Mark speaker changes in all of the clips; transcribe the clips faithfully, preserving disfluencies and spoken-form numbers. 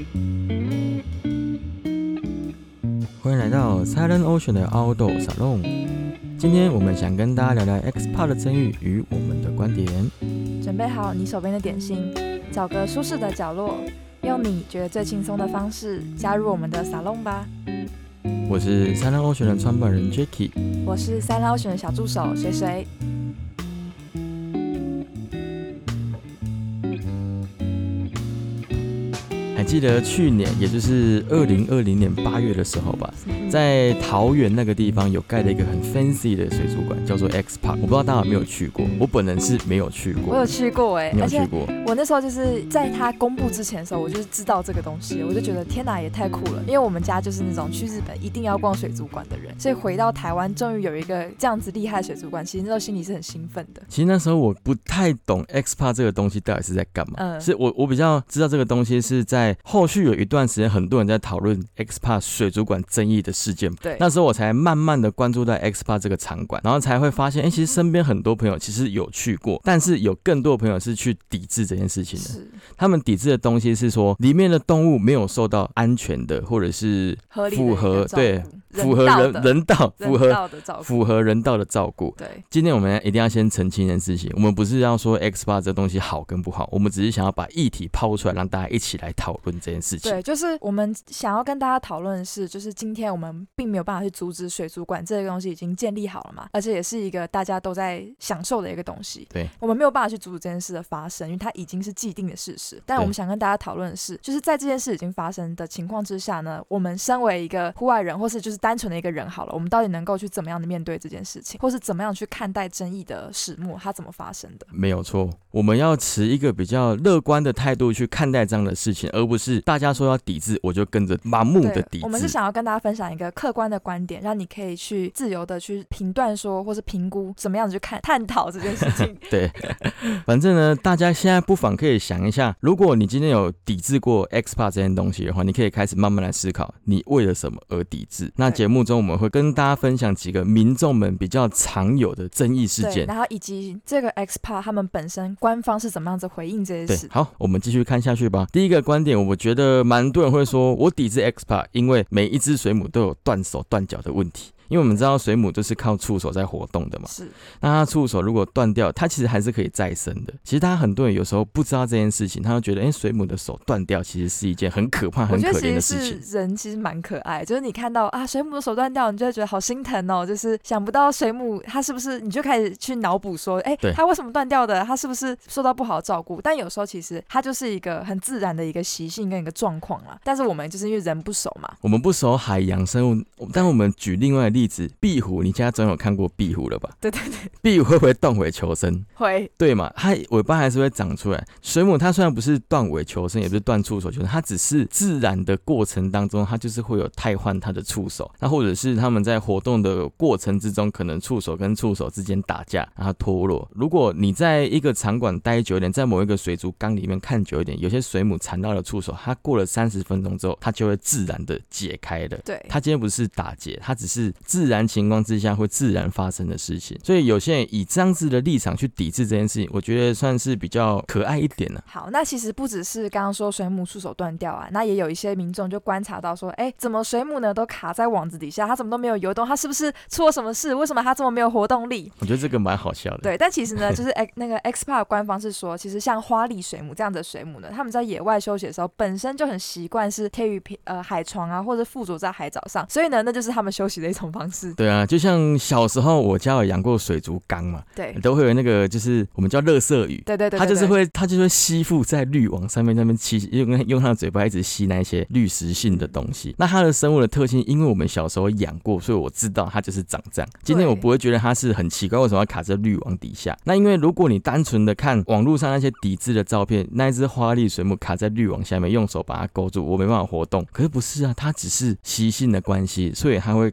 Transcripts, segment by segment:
Speaker 1: 欢迎来到 Silent Ocean 的 Outdoor Salon。今天我们想跟大家聊聊 X P A 的争议与我们的观点。
Speaker 2: 准备好你手边的点心，找个舒适的角落，用你觉得最轻松的方式加入我们的 Salon 吧。
Speaker 1: 我是 Silent Ocean 的创办人 Jacky，
Speaker 2: 我是 Silent Ocean 的小助手水水。
Speaker 1: 还记得去年，也就是二零二零年八月的时候吧，在桃园那个地方有盖了一个很 fancy 的水族馆，叫做 X P A。我不知道大家有没有去过，我本人是没有去过。
Speaker 2: 我有去过哎、欸，
Speaker 1: 你有去过？
Speaker 2: 我那时候就是在他公布之前的时候，我就是知道这个东西，我就觉得天哪，也太酷了！因为我们家就是那种去日本一定要逛水族馆的人，所以回到台湾，终于有一个这样子厉害的水族馆，其实那时候心里是很兴奋的。
Speaker 1: 其实那时候我不太懂 X P A 这个东西到底是在干嘛，
Speaker 2: 嗯，
Speaker 1: 是我我比较知道这个东西是在后续有一段时间，很多人在讨论 X P A 水族馆争议的事件。
Speaker 2: 对，
Speaker 1: 那时候我才慢慢的关注到 X P A 这个场馆，然后才会发现，哎、欸，其实身边很多朋友其实有去过，但是有更多的朋友是去抵制这件事情的。
Speaker 2: 是，
Speaker 1: 他们抵制的东西是说，里面的动物没有受到安全的，或者是符合对符合人人道符合符合人道的照顾。
Speaker 2: 对，
Speaker 1: 今天我们一定要先澄清一件事情，我们不是要说 X P A 这东西好跟不好，我们只是想要把议题抛出来，让大家一起来讨论这件事情。
Speaker 2: 对，就是我们想要跟大家讨论的是，就是今天我们并没有办法去阻止水族馆这个东西已经建立好了嘛，而且也是一个大家都在享受的一个东西。
Speaker 1: 对，
Speaker 2: 我们没有办法去阻止这件事的发生，因为它已经是既定的事实。但我们想跟大家讨论的是，就是在这件事已经发生的情况之下呢，我们身为一个户外人，或是就是单纯的一个人好了，我们到底能够去怎么样的面对这件事情，或是怎么样去看待争议的始末，它怎么发生的？
Speaker 1: 没有错，我们要持一个比较乐观的态度去看待这样的事情，而不是大家说要抵制，我就跟着盲目的抵制。
Speaker 2: 我们是想要跟大家分享一个客观的观点，让你可以去自由的去评断说，或是评估怎么样子去看探讨这件事情。
Speaker 1: 对，反正呢，大家现在不妨可以想一下，如果你今天有抵制过 X P A 这件东西的话，你可以开始慢慢来思考，你为了什么而抵制。那节目中我们会跟大家分享几个民众们比较常有的争议事件，
Speaker 2: 然后以及这个 X P A 他们本身官方是怎么样子回应这些事。
Speaker 1: 好，我们继续看下去吧。第一个观点，我觉得蛮多人会说，我抵制 X P A， 因为每一只水母都有断手断脚的问题。因为我们知道水母都是靠触手在活动的嘛，
Speaker 2: 是。
Speaker 1: 那它触手如果断掉，它其实还是可以再生的。其实大家很多人有时候不知道这件事情，他就觉得，哎、欸，水母的手断掉其实是一件很可怕、很可怜的事情。
Speaker 2: 我觉得其实是人其实蛮可爱，就是你看到啊水母的手断掉，你就会觉得好心疼哦。就是想不到水母它是不是，你就开始去脑补说，哎、欸，它为什么断掉的？它是不是受到不好的照顾？但有时候其实它就是一个很自然的一个习性跟一个状况啦。但是我们就是因为人不熟嘛，
Speaker 1: 我们不熟海洋生物，但我们举另外的例子，壁虎。你现在总有看过壁虎了吧？
Speaker 2: 对对对，
Speaker 1: 壁虎会不会断尾求生？
Speaker 2: 会，对
Speaker 1: 嘛？它尾巴还是会长出来。水母它虽然不是断尾求生，也不是断触手求生，它只是自然的过程当中，它就是会有汰换它的触手。那或者是他们在活动的过程之中，可能触手跟触手之间打架，然后脱落。如果你在一个场馆待久一点，在某一个水族缸里面看久一点，有些水母缠到了触手，它过了三十分钟之后，它就会自然的解开了。
Speaker 2: 对，
Speaker 1: 它今天不是打结，它只是自然情况之下会自然发生的事情，所以有些人以这样子的立场去抵制这件事情，我觉得算是比较可爱一点了、啊。
Speaker 2: 好，那其实不只是刚刚说水母触手断掉啊，那也有一些民众就观察到说，哎，怎么水母呢都卡在网子底下，它怎么都没有游动，它是不是出了什么事？为什么它这么没有活动力？
Speaker 1: 我觉得这个蛮好笑的。
Speaker 2: 对，但其实呢，就是那个 X P A 官方是说，其实像花栗水母这样的水母呢，他们在野外休息的时候，本身就很习惯是贴于呃海床啊，或者附着在海藻上，所以呢，那就是他们休息的一种方式。
Speaker 1: 对啊，就像小时候我家有养过水族缸嘛，
Speaker 2: 对，
Speaker 1: 都会有那个就是我们叫垃圾鱼，
Speaker 2: 对对 对, 对, 对，
Speaker 1: 它就是会它就会吸附在滤网上面，那边吸用用它的嘴巴一直吸那些滤食性的东西。那它的生物的特性，因为我们小时候养过，所以我知道它就是长这样。今天我不会觉得它是很奇怪，为什么要卡在滤网底下？那因为如果你单纯的看网络上那些抵制的照片，那一只花栗水母卡在滤网下面，用手把它勾住，我没办法活动。可是不是啊，它只是习性的关系，所以它会卡在那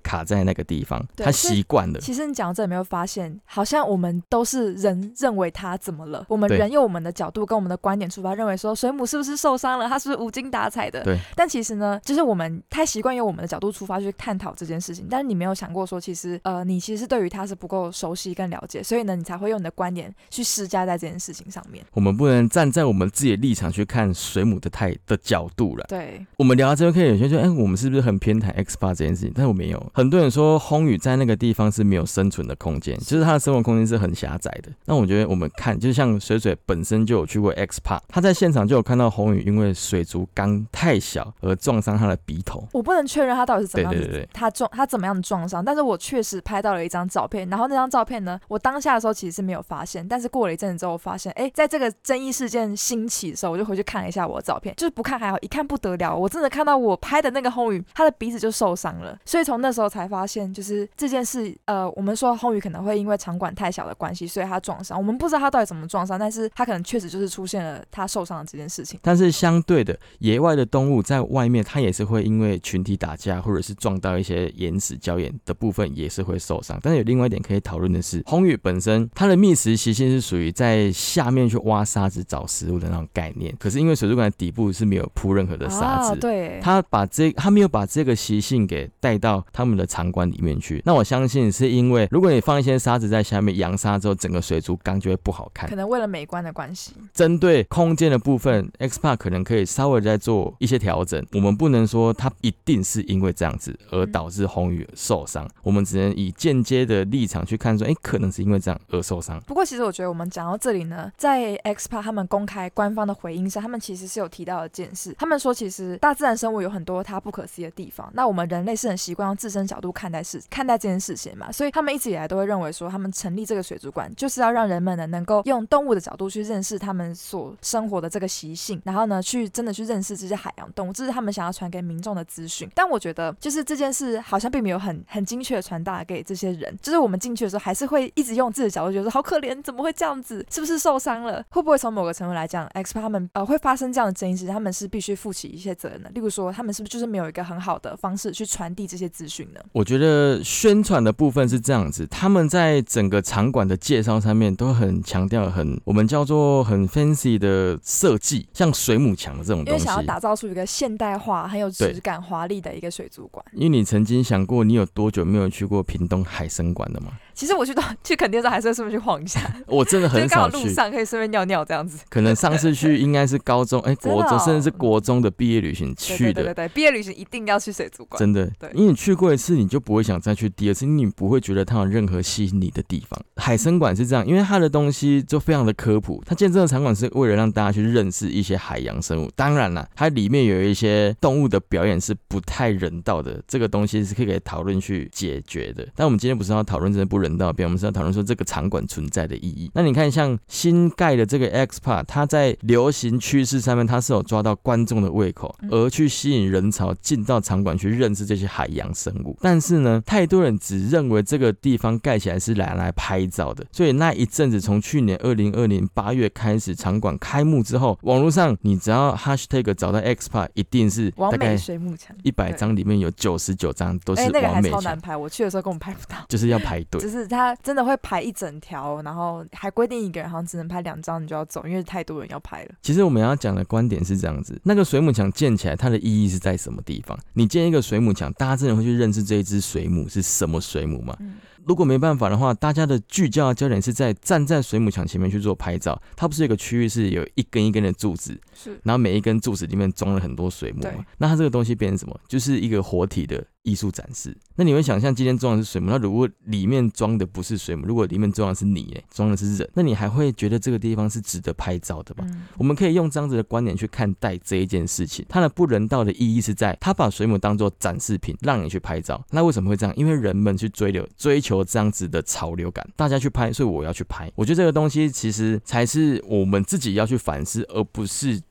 Speaker 1: 那个地方，他习惯了。
Speaker 2: 其实你讲到这，有没有发现好像我们都是人认为他怎么了，我们人用我们的角度跟我们的观点出发，认为说水母是不是受伤了，他是不是无精打采的。
Speaker 1: 对，
Speaker 2: 但其实呢，就是我们太习惯用我们的角度出发去探讨这件事情，但是你没有想过说其实呃，你其实对于他是不够熟悉跟了解，所以呢你才会用你的观点去施加在这件事情上面。
Speaker 1: 我们不能站在我们自己的立场去看水母的态的角度了。
Speaker 2: 对，
Speaker 1: 我们聊到这边可以有些人说，哎，我们是不是很偏袒 X 八 这件事情？但是我没有。很多人说红宇在那个地方是没有生存的空间，就是它的生活空间是很狭窄的。那我觉得我们看，就像水水本身就有去过 X 八，他在现场就有看到红宇因为水族缸太小而撞伤他的鼻头。
Speaker 2: 我不能确认他到底是怎么样子，
Speaker 1: 对对对对，
Speaker 2: 他撞他怎么样的撞伤，但是我确实拍到了一张照片，然后那张照片呢，我当下的时候其实是没有发现，但是过了一阵子之后，我发现，哎，在这个争议事件兴起的时候，我就回去看了一下我的照片，就是不看还好，一看不得了，我真的看到我拍的那个红宇，他的鼻子就受伤了，所以从那时候才发现，就是这件事，呃，我们说红宇可能会因为场馆太小的关系，所以他撞伤，我们不知道他到底怎么撞伤，但是他可能确实就是出现了他受伤的这件事情。
Speaker 1: 但是相对的，野外的动物在外面，它也是会因为群体打架或者是撞到一些岩石礁岩的部分，也是会受伤。但是有另外一点可以讨论的是，红宇本身它的觅食习性是属于在下面去挖沙子找食物的那种概念，可是因为水族馆的底部是没有铺任何的沙子，
Speaker 2: 啊、对，
Speaker 1: 他把这他没有把这个习性给带到他们的场馆里面去。那我相信是因为，如果你放一些沙子在下面扬沙之后，整个水族缸就会不好看，
Speaker 2: 可能为了美观的关系。
Speaker 1: 针对空间的部分 ，X Park 可能可以稍微再做一些调整。我们不能说它一定是因为这样子而导致红宇受伤，嗯、我们只能以间接的立场去看说，哎，可能是因为这样而受伤。
Speaker 2: 不过其实我觉得我们讲到这里呢，在 X Park 他们公开官方的回应上，他们其实是有提到一件事，他们说其实大自然生物有很多它不可思议的地方，那我们人类是很习惯用自身角度看待事看待这件事情嘛，所以他们一直以来都会认为说，他们成立这个水族馆就是要让人们呢能够用动物的角度去认识他们所生活的这个习性，然后呢去真的去认识这些海洋动物，这是他们想要传给民众的资讯。但我觉得就是这件事好像并没有很很精确的传达给这些人，就是我们进去的时候还是会一直用自己的角度觉得说好可怜，怎么会这样子，是不是受伤了，会不会从某个程度来讲 X Park 他们呃会发生这样的争议时，他们是必须负起一些责任的，例如说他们是不是就是没有一个很好的方式去传递这些资讯呢？
Speaker 1: 我觉得宣传的部分是这样子，他们在整个场馆的介绍上面都很强调很我们叫做很 fancy 的设计，像水母墙的这种东西，
Speaker 2: 因为想要打造出一个现代化很有质感华丽的一个水族馆。
Speaker 1: 因为你曾经想过你有多久没有去过屏东海生馆了吗？
Speaker 2: 其实我去到去垦丁的时候还是会顺便去晃一下，
Speaker 1: 我真的很少去，
Speaker 2: 就刚好路上可以顺便尿尿这样子。
Speaker 1: 可能上次去应该是高中，哎、欸，国中、哦、甚至是国中的毕业旅行去的。
Speaker 2: 对对对对，毕业旅行一定要去水族馆，
Speaker 1: 真的。因为你去过一次，你就不会想再去第二次，你不会觉得它有任何吸引你的地方。海生馆是这样，因为它的东西就非常的科普，它建这个场馆是为了让大家去认识一些海洋生物。当然啦，它里面有一些动物的表演是不太人道的，这个东西是可以讨论去解决的。但我们今天不是要讨论这些不人道的表演，我们是要讨论说这个场馆存在的意义。那你看像新盖的这个 X Park， 它在流行趋势上面它是有抓到观众的胃口，而去吸引人潮进到场馆去认识这些海洋生物。但是呢，太多人只认为这个地方盖起来是来来拍照的，所以那一阵子从去年二零二零八月开始场馆开幕之后，网络上你只要 hashtag 找到 X Park， 一定是大概
Speaker 2: 水幕墙
Speaker 1: 一百张里面有九十九张都是完美墙、欸、
Speaker 2: 那个还超难拍，我去的时候根本拍不到，
Speaker 1: 就是要排队，
Speaker 2: 就是他真的会排一整条，然后还规定一个人好像只能拍两张你就要走，因为太多人要拍了。
Speaker 1: 其实我们要讲的观点是这样子，那个水母墙建起来它的意义是在什么地方？你建一个水母墙，大家真的会去认识这一只水母是什么水母吗？嗯，如果没办法的话，大家的聚焦的焦点是在站在水母墙前面去做拍照，它不是有一个区域是有一根一根的柱子，是，然后每一根柱子里面装了很多水母嘛，那它这个东西变成什么？就是一个活体的艺术展示。那你会想象今天装的是水母，那如果里面装的不是水母，如果里面装的是你，装的是人，那你还会觉得这个地方是值得拍照的吗？嗯、我们可以用这样子的观点去看待这一件事情，它的不人道的意义是在它把水母当作展示品让你去拍照。那为什么会这样？因为人们去追流追求这样子的潮流感，大家去拍，所以我要去拍。我觉得这个东西其实才是我们自己要去反思，而不是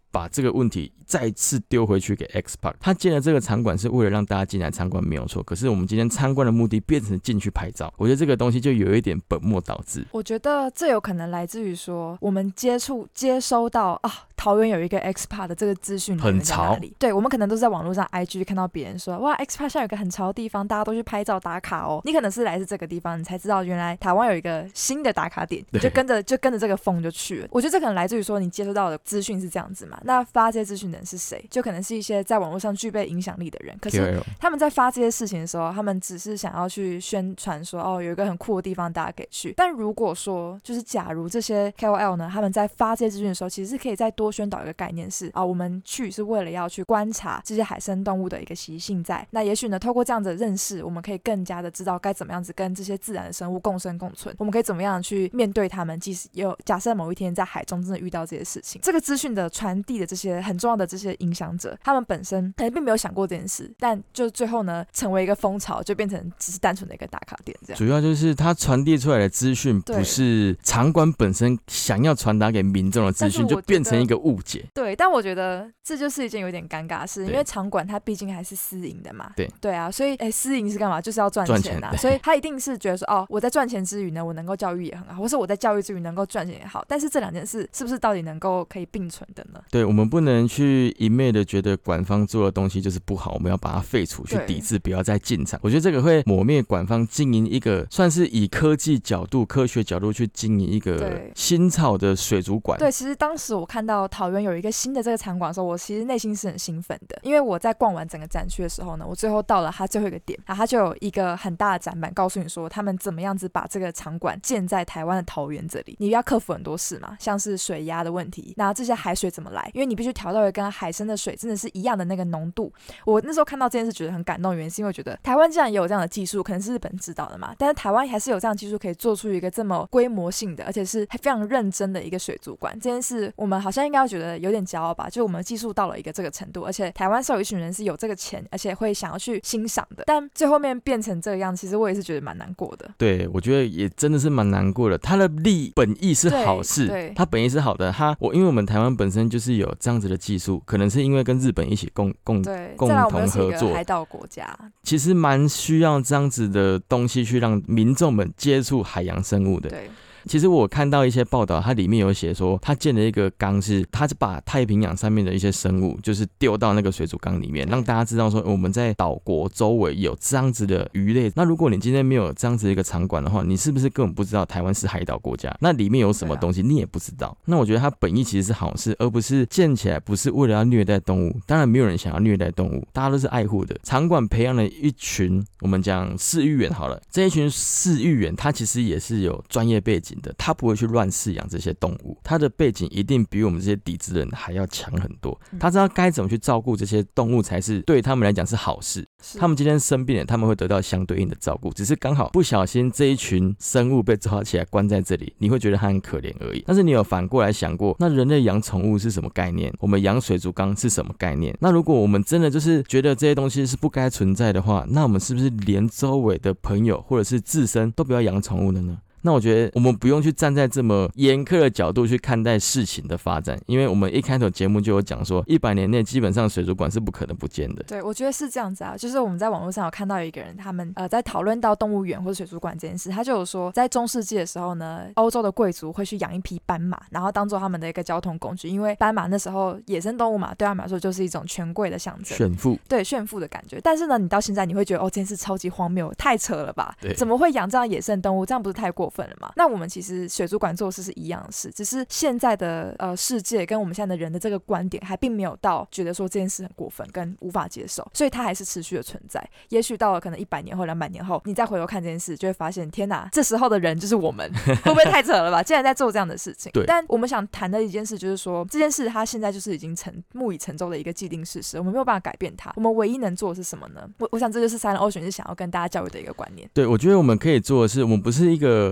Speaker 1: 把这个问题再次丢回去给 Xpark。他建了这个场馆是为了让大家进来参观没有错，可是我们今天参观的目的变成进去拍照，我觉得这个东西就有一点本末倒置。
Speaker 2: 我觉得这有可能来自于说我们接触接收到啊桃园有一个 Xpark 的这个资讯
Speaker 1: 很潮，
Speaker 2: 对，我们可能都是在网络上 I G 看到别人说哇 Xpark 现在有一个很潮的地方，大家都去拍照打卡哦。你可能是来自这个地方，你才知道原来台湾有一个新的打卡点，你就跟着就跟着这个风就去了。我觉得这可能来自于说你接收到的资讯是这样子嘛，那发这些资讯的人是谁？就可能是一些在网络上具备影响力的人，可是他们在发这些事情的时候，他们只是想要去宣传说哦有一个很酷的地方大家可以去。但如果说就是假如这些 K O L 呢，他们在发这些资讯的时候，其实是可以再多宣导一个概念是啊，我们去是为了要去观察这些海生动物的一个习性在。那也许呢，透过这样子的认识，我们可以更加的知道该怎么样子跟这些自然的生物共生共存，我们可以怎么样去面对他们，即使有假设某一天在海中真的遇到这些事情。这个资讯的传递的这些很重要的这些影响者，他们本身可能并没有想过这件事，但就最后呢成为一个风潮，就变成只是单纯的一个打卡点这样。
Speaker 1: 主要就是他传递出来的资讯不是场馆本身想要传达给民众的资讯，就变成一个误解。
Speaker 2: 对，但我觉得这就是一件有点尴尬的事，因为场馆它毕竟还是私营的嘛。
Speaker 1: 对
Speaker 2: 对啊，所以哎，私营是干嘛？就是要赚钱啊，所以他一定是觉得说哦，我在赚钱之余呢，我能够教育也很好，或是我在教育之余能够赚钱也好。但是这两件事是不是到底能够可以并存的呢？
Speaker 1: 对，我们不能去一昧的觉得馆方做的东西就是不好，我们要把它废除，去抵制，不要再进场。我觉得这个会抹灭馆方经营一个算是以科技角度、科学角度去经营一个新潮的水族馆。
Speaker 2: 对，其实当时我看到桃园有一个新的这个场馆的时候，我其实内心是很兴奋的，因为我在逛完整个展区的时候呢，我最后到了它最后一个点，然后它就有一个很大的展板，告诉你说他们怎么样子把这个场馆建在台湾的桃园这里。你要克服很多事嘛，像是水压的问题，那这些海水怎么来？因为你必须调到一个跟海参的水真的是一样的那个浓度。我那时候看到这件事觉得很感动，原因是因为我觉得台湾既然也有这样的技术，可能是日本知道的嘛，但是台湾还是有这样的技术可以做出一个这么规模性的，而且是非常认真的一个水族馆。这件事我们好像应该要觉得有点骄傲吧，就我们技术到了一个这个程度，而且台湾是有一群人是有这个钱，而且会想要去欣赏的。但最后面变成这个样，其实我也是觉得蛮难过的。
Speaker 1: 对，我觉得也真的是蛮难过的。他的利本意是好事，他本意是好的。他我因为我们台湾本身就是有这样子的技术，可能是因为跟日本一起共共共同合作，
Speaker 2: 海岛国家
Speaker 1: 其实蛮需要这样子的东西去让民众们接触海洋生物的。
Speaker 2: 对。
Speaker 1: 其实我看到一些报道，它里面有写说，他建了一个缸，是他是把太平洋上面的一些生物，就是丢到那个水族缸里面，让大家知道说，我们在岛国周围有这样子的鱼类。那如果你今天没有这样子的一个场馆的话，你是不是根本不知道台湾是海岛国家？那里面有什么东西你也不知道。那我觉得它本意其实是好事，而不是建起来不是为了要虐待动物。当然没有人想要虐待动物，大家都是爱护的。场馆培养了一群，我们讲饲育员好了，这一群饲育员他其实也是有专业背景的，他不会去乱饲养这些动物，他的背景一定比我们这些底子人还要强很多。他知道该怎么去照顾这些动物才是对他们来讲是好事。他们今天生病了，他们会得到相对应的照顾，只是刚好不小心这一群生物被抓起来关在这里，你会觉得他很可怜而已。但是你有反过来想过，那人类养宠物是什么概念？我们养水族缸是什么概念？那如果我们真的就是觉得这些东西是不该存在的话，那我们是不是连周围的朋友或者是自身都不要养宠物了呢？那我觉得我们不用去站在这么严苛的角度去看待事情的发展，因为我们一开头节目就有讲说，一百年内基本上水族馆是不可能不见的。
Speaker 2: 对，我觉得是这样子啊，就是我们在网络上有看到一个人，他们呃在讨论到动物园或者水族馆这件事，他就有说，在中世纪的时候呢，欧洲的贵族会去养一匹斑马，然后当做他们的一个交通工具，因为斑马那时候野生动物嘛，对他们来说就是一种权贵的象征，
Speaker 1: 炫富，
Speaker 2: 对，炫富的感觉。但是呢，你到现在你会觉得哦，这件事超级荒谬，太扯了吧？怎么会养这样野生动物？这样不是太过分了吗？那我们其实水族馆做事是一样的事，只是现在的呃世界跟我们现在的人的这个观点还并没有到觉得说这件事很过分跟无法接受，所以它还是持续的存在。也许到了可能一百年后、两百年后，你再回头看这件事，就会发现天哪，这时候的人就是我们，会不会太扯了吧？竟然在做这样的事情。
Speaker 1: 对。
Speaker 2: 但我们想谈的一件事就是说，这件事它现在就是已经成木已成舟的一个既定事实，我们没有办法改变它。我们唯一能做的是什么呢？我我想这就是Silent Ocean是想要跟大家教育的一个观念。
Speaker 1: 对，我觉得我们可以做的是，我们不是一个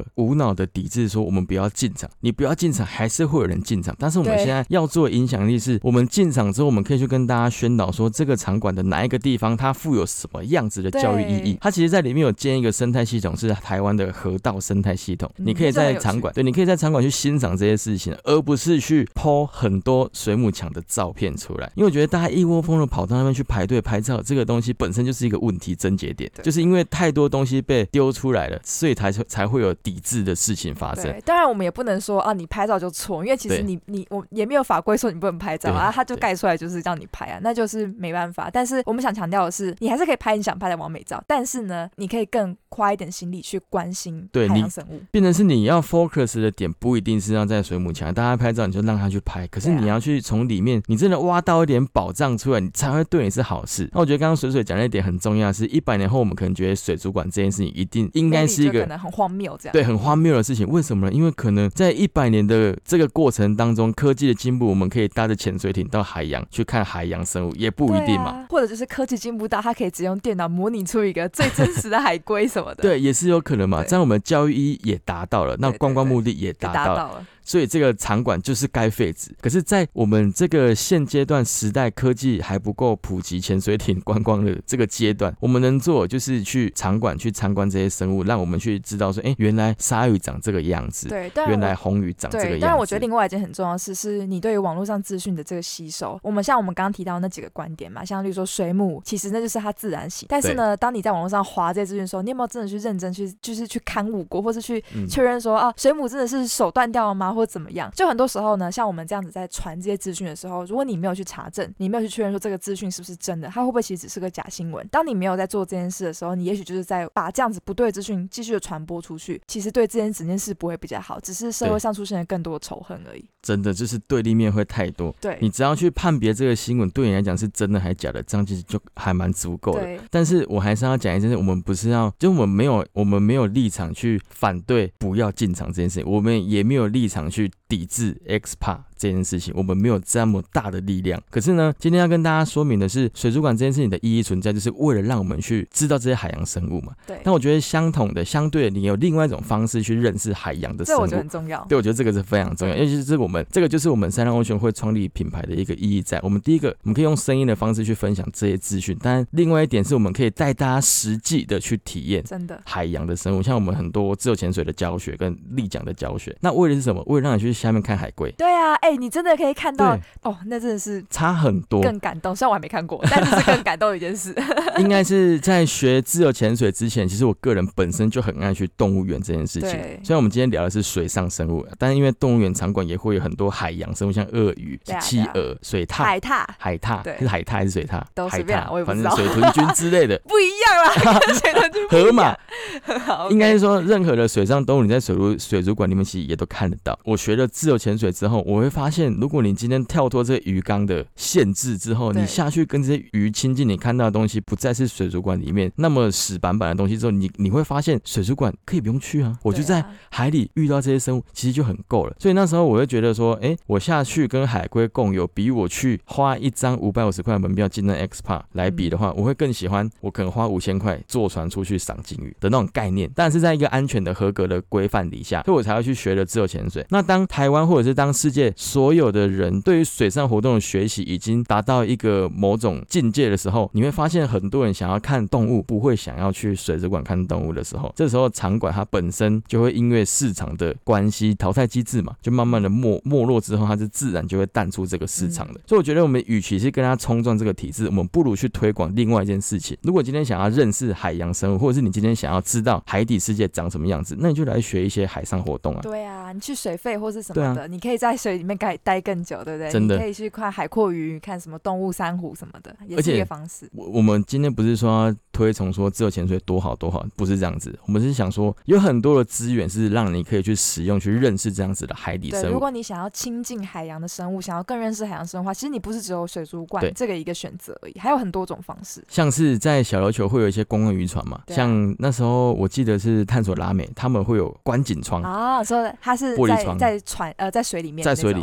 Speaker 1: 无脑的抵制说我们不要进场，你不要进场还是会有人进场，但是我们现在要做的影响力是我们进场之后我们可以去跟大家宣导说这个场馆的哪一个地方它富有什么样子的教育意义。它其实在里面有建一个生态系统，是台湾的河道生态系统、嗯、你可以在场馆对，你可以在场馆去欣赏这些事情，而不是去 po 很多水母墙的照片出来。因为我觉得大家一窝蜂的跑到那边去排队拍照，这个东西本身就是一个问题症结点，就是因为太多东西被丢出来了，所以才才会有抵制的事情发生。
Speaker 2: 对，当然我们也不能说啊你拍照就错，因为其实你你我也没有法规说你不能拍照啊，他就盖出来就是让你拍啊，那就是没办法。但是我们想强调的是，你还是可以拍你想拍的完美照，但是呢，你可以更花一点心力去关心海洋生物。
Speaker 1: 变成是你要 focus 的点不一定是要在水母墙，大家拍照你就让他去拍，可是你要去从里面，你真的挖到一点宝藏出来，你才会对你是好事。那我觉得刚刚水水讲的一点很重要，是一百年后我们可能觉得水族馆这件事情一定应该是一个
Speaker 2: 可能很荒谬这样，
Speaker 1: 对，很荒谬的事情。为什么呢？因为可能在一百年的这个过程当中，科技的进步，我们可以搭着潜水艇到海洋去看海洋生物，也不一定嘛。
Speaker 2: 啊、或者就是科技进步到它可以只用电脑模拟出一个最真实的海龟什么的，
Speaker 1: 对，也是有可能嘛。这样我们教育意义也达到了，那观光目的也达到了。
Speaker 2: 对对对，也达到了，
Speaker 1: 所以这个场馆就是该废止。可是在我们这个现阶段时代科技还不够普及潜水艇观光的这个阶段，我们能做就是去场馆去参观这些生物，让我们去知道说，哎，原来鲨鱼长这个样子，
Speaker 2: 对，
Speaker 1: 原来红鱼长这个样子。
Speaker 2: 当然我觉得另外一件很重要的事是你对于网络上资讯的这个吸收。我们像我们刚刚提到那几个观点嘛，像例如说水母其实那就是它自然型，但是呢当你在网络上滑这些资讯的时候，你有没有真的去认真去就是去勘误过，或是去确认说、嗯、啊水母真的是手断掉了吗，或者怎么样。就很多时候呢，像我们这样子在传这些资讯的时候，如果你没有去查证，你没有去确认说这个资讯是不是真的，它会不会其实只是个假新闻。当你没有在做这件事的时候，你也许就是在把这样子不对的资讯继续的传播出去，其实对这件整件事不会比较好，只是社会上出现了更多的仇恨而已。
Speaker 1: 真的就是对立面会太多，
Speaker 2: 对，
Speaker 1: 你只要去判别这个新闻对你来讲是真的还是假的，这样其实就还蛮足够的。但是我还是要讲一件事，我们不是要，就我们没有我们没有立场去反对不要进场这件事情，我们也没有立场去抵制 X P A 这件事情，我们没有这么大的力量。可是呢，今天要跟大家说明的是，水族馆这件事情的意义存在，就是为了让我们去知道这些海洋生物嘛。对。但我觉得相同的、相对的，你有另外一种方式去认识海洋的生物，
Speaker 2: 这我觉得很重要。
Speaker 1: 对，我觉得这个是非常重要，尤其是我们这个就是我们三浪欧选会创立品牌的一个意义在。我们第一个，我们可以用声音的方式去分享这些资讯，但另外一点是我们可以带大家实际的去体验真的海洋的生物，像我们很多自由潜水的教学跟立桨的教学，那为的是什么？为了让你去下面看海龟。
Speaker 2: 对啊，哎、欸，你真的可以看到哦，那真的是
Speaker 1: 差很多，
Speaker 2: 更感动。虽然我还没看过，但是是更感动的一件事。
Speaker 1: 应该是在学自由潜水之前，其实我个人本身就很爱去动物园这件事情。虽然我们今天聊的是水上生物，但是因为动物园场馆也会有很多海洋生物，像鳄鱼、企鹅、啊、水獭、
Speaker 2: 海獭、
Speaker 1: 海獭是海獭还是水獭？
Speaker 2: 都随便，我也不知道，
Speaker 1: 反正水豚君之类的
Speaker 2: 不一样啦，跟水豚君不一样。
Speaker 1: 河马，应该是说任何的水上动物，你在水族水族馆里面其实也都看得到。我学了自由潜水之后，我会发现，如果你今天跳脱这个鱼缸的限制之后，你下去跟这些鱼亲近，你看到的东西不再是水族馆里面那么死板板的东西之后，你你会发现水族馆可以不用去啊，我就在海里遇到这些生物，其实就很够了。所以那时候我会觉得说，哎、欸，我下去跟海龟共有，比我去花一张五百五十块的门票进那 X P A 来比的话，我会更喜欢我可能花五千块坐船出去赏鲸鱼的那种概念，但是在一个安全的、合格的规范底下，所以我才会去学了自由潜水。那当台湾或者是当世界所有的人对于水上活动的学习已经达到一个某种境界的时候，你会发现很多人想要看动物，不会想要去水族馆看动物的时候，这时候场馆它本身就会因为市场的关系、淘汰机制嘛，就慢慢的没没落之后，它是自然就会淡出这个市场的。嗯、所以我觉得我们与其是跟它冲撞这个体制，我们不如去推广另外一件事情。如果今天想要认识海洋生物，或者是你今天想要知道海底世界长什么样子，那你就来学一些海上活动啊。对啊，
Speaker 2: 你去水肺或是什么的，啊、你可以在水里面待更久，对不对？真的，你可以去看海蛞蝓，看什么动物、珊瑚什么的，也是一个方式。
Speaker 1: 我我们今天不是说要推崇说自由潜水多好多好，不是这样子。我们是想说，有很多的资源是让你可以去使用、去认识这样子的海底生物。
Speaker 2: 对，如果你想要亲近海洋的生物，想要更认识海洋生物的话，其实你不是只有水族馆这个一个选择而已，还有很多种方式。
Speaker 1: 像是在小琉球会有一些观光渔船嘛，啊、像那时候我记得是探索拉美，他们会有观景窗
Speaker 2: 啊，说它是在玻璃窗在船呃在水里面，
Speaker 1: 在水里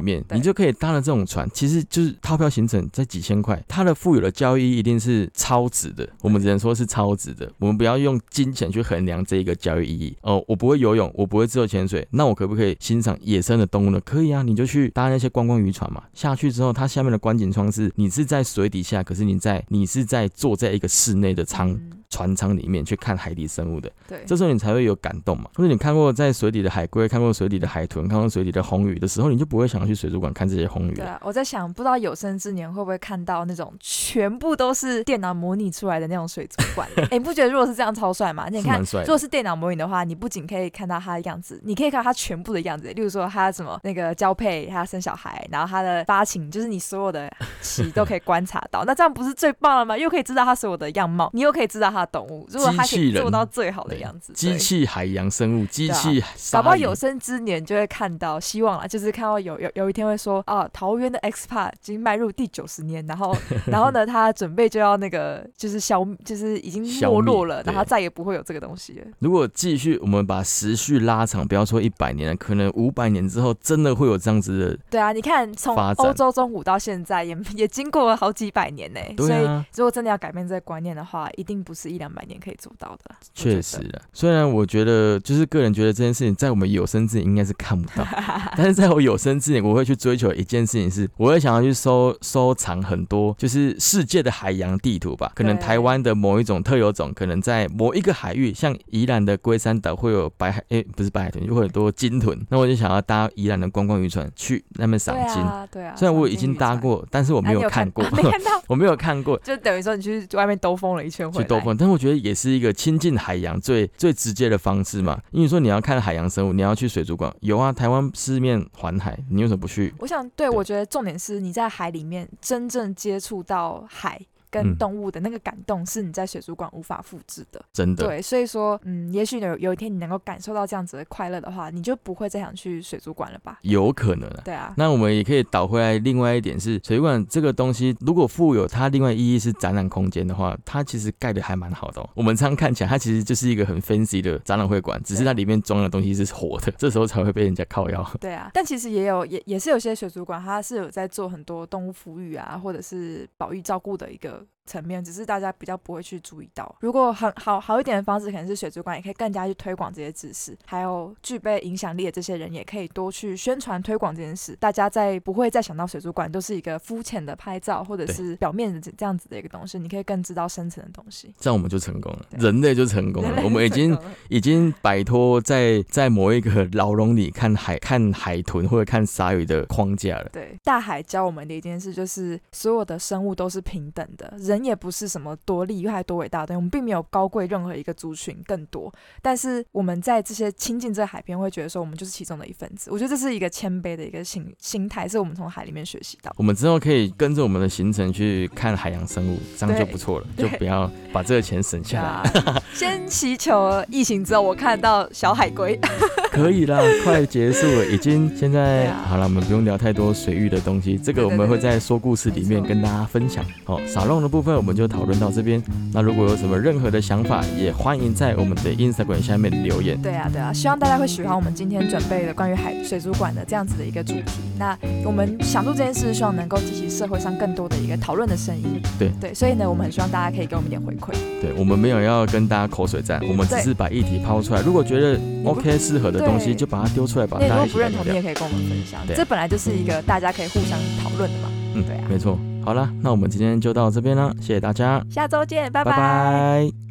Speaker 1: 面，你就可以搭了这种船，其实就是套票行程在几千块，它的富有的教育意义一定是超值的，我们只能说是超值的。我们不要用金钱去衡量这一个教育意义哦。我不会游泳，我不会自由潜水，那我可不可以欣赏野生的动物呢？可以啊，你就去搭那些观光渔船嘛。下去之后，它下面的观景窗是你是在水底下，可是你在你是在坐在一个室内的舱。嗯船舱里面去看海底生物的，对，这时候你才会有感动嘛。或者你看过在水底的海龟，看过水底的海豚，看过水底的红鱼的时候，你就不会想要去水族馆看这些红鱼了。
Speaker 2: 对啊，我在想，不知道有生之年会不会看到那种全部都是电脑模拟出来的那种水族馆？哎、欸，你不觉得如果是这样超帅吗？你看，如果是电脑模拟的话，你不仅可以看到它的样子，你可以看到它全部的样子。例如说，它什么那个交配，它生小孩，然后它的发情，就是你所有的期都可以观察到。那这样不是最棒了吗？又可以知道它所有的样貌，你又可以知道它的动物。如果它可以做到最好的样子，
Speaker 1: 机器海洋生物，机器鲨鱼，
Speaker 2: 搞不好有生之年就会看到，希望啦，就是看到有有有一天会说啊，桃园的 X P A 已经迈入第九十年，然后然后呢，他准备就要那个就是消，就是已经没落了，然后再也不会有这个东西了。
Speaker 1: 如果继续，我们把时序拉长，不要说一百年了，可能五百年之后，真的会有这样子的。
Speaker 2: 对啊，你看从欧洲中古到现在也也经过了好几百年呢、欸，
Speaker 1: 对啊、
Speaker 2: 所以如果真的要改变这个观念的话，一定不是一两百年可以做到的。
Speaker 1: 确实啊，虽然我觉得就是个人觉得这件事情在我们有生之年应该是看不到，但是在我有生之年，我会去追求一件事情是，我会想要去收收藏很多就是世界的海洋地图吧。可能台湾的某一种特有种，可能在某一个海域，像宜兰的龟山岛会有白海，哎、欸，不是白海豚，就会有很多鲸豚。那我就想要搭宜兰的观光渔船去那边赏鲸。
Speaker 2: 对啊，对啊。
Speaker 1: 虽然我已经搭过，但是我没有看过，
Speaker 2: 啊、没看到，
Speaker 1: 我没有看过，
Speaker 2: 就等于说你去外面兜风了一圈回来。
Speaker 1: 去兜风，但我觉得也是一个亲近海洋最最直接的方式嘛。因为说你要看海洋生物，你要去水族馆，有啊，台湾四面环海，你为什么不去？
Speaker 2: 我想，对，我觉得重点是你在海里面真正接触到海跟动物的那个感动，是你在水族馆无法复制的，
Speaker 1: 真的。
Speaker 2: 对，所以说，嗯，也许有有一天你能够感受到这样子的快乐的话，你就不会再想去水族馆了吧？
Speaker 1: 有可能啊。
Speaker 2: 对啊。
Speaker 1: 那我们也可以倒回来，另外一点是，水族馆这个东西，如果富有它另外意义是展览空间的话，它其实盖的还蛮好的哦。我们常看起来，它其实就是一个很 fancy 的展览会馆，只是它里面装的东西是活的，这时候才会被人家靠腰。
Speaker 2: 对啊，但其实也有也也是有些水族馆，它是有在做很多动物福育啊，或者是保育照顾的一个层面，只是大家比较不会去注意到。如果很好好一点的方式，可能是水族馆也可以更加去推广这些知识，还有具备影响力的这些人也可以多去宣传推广这件事。大家在不会再想到水族馆都是一个肤浅的拍照或者是表面的这样子的一个东西，你可以更知道深层的东西。
Speaker 1: 这样我们就成功了，人类就成功了。我们已经已经摆脱在在某一个牢笼里看海看海豚或者看鲨鱼的框架了。
Speaker 2: 对，大海教我们的一件事就是所有的生物都是平等的。人也不是什么多厉害多伟大的东西，我们并没有高贵任何一个族群更多，但是我们在这些亲近这个海边会觉得说我们就是其中的一份子。我觉得这是一个谦卑的一个心心态，是我们从海里面学习到。
Speaker 1: 我们之后可以跟着我们的行程去看海洋生物，这样就不错了，就不要把这个钱省下来、啊、
Speaker 2: 先祈求疫情之后我看到小海龟
Speaker 1: 可以啦，快结束了，已经现在、啊、好了，我们不用聊太多水域的东西，这个我们会在说故事里面跟大家分享。好，撒弄的部分我们就讨论到这边。那如果有什么任何的想法，也欢迎在我们的 Instagram 下面留言。
Speaker 2: 对啊，对啊，希望大家会喜欢我们今天准备的关于海水族馆的这样子的一个主题。那我们想做这件事，希望能够激起社会上更多的一个讨论的声音。
Speaker 1: 对
Speaker 2: 对，所以呢，我们很希望大家可以给我们一点回馈。
Speaker 1: 对，我们没有要跟大家口水战，我们只是把议题抛出来。如果觉得 OK 适合的东西，就把它丢出来，把大家一起聊聊。如果不认同，
Speaker 2: 你也可以跟我们分享。这本来就是一个大家可以互相讨论的嘛。
Speaker 1: 嗯，
Speaker 2: 对啊，
Speaker 1: 没错。好了，那我们今天就到这边了，谢谢大家，
Speaker 2: 下周见，拜
Speaker 1: 拜拜。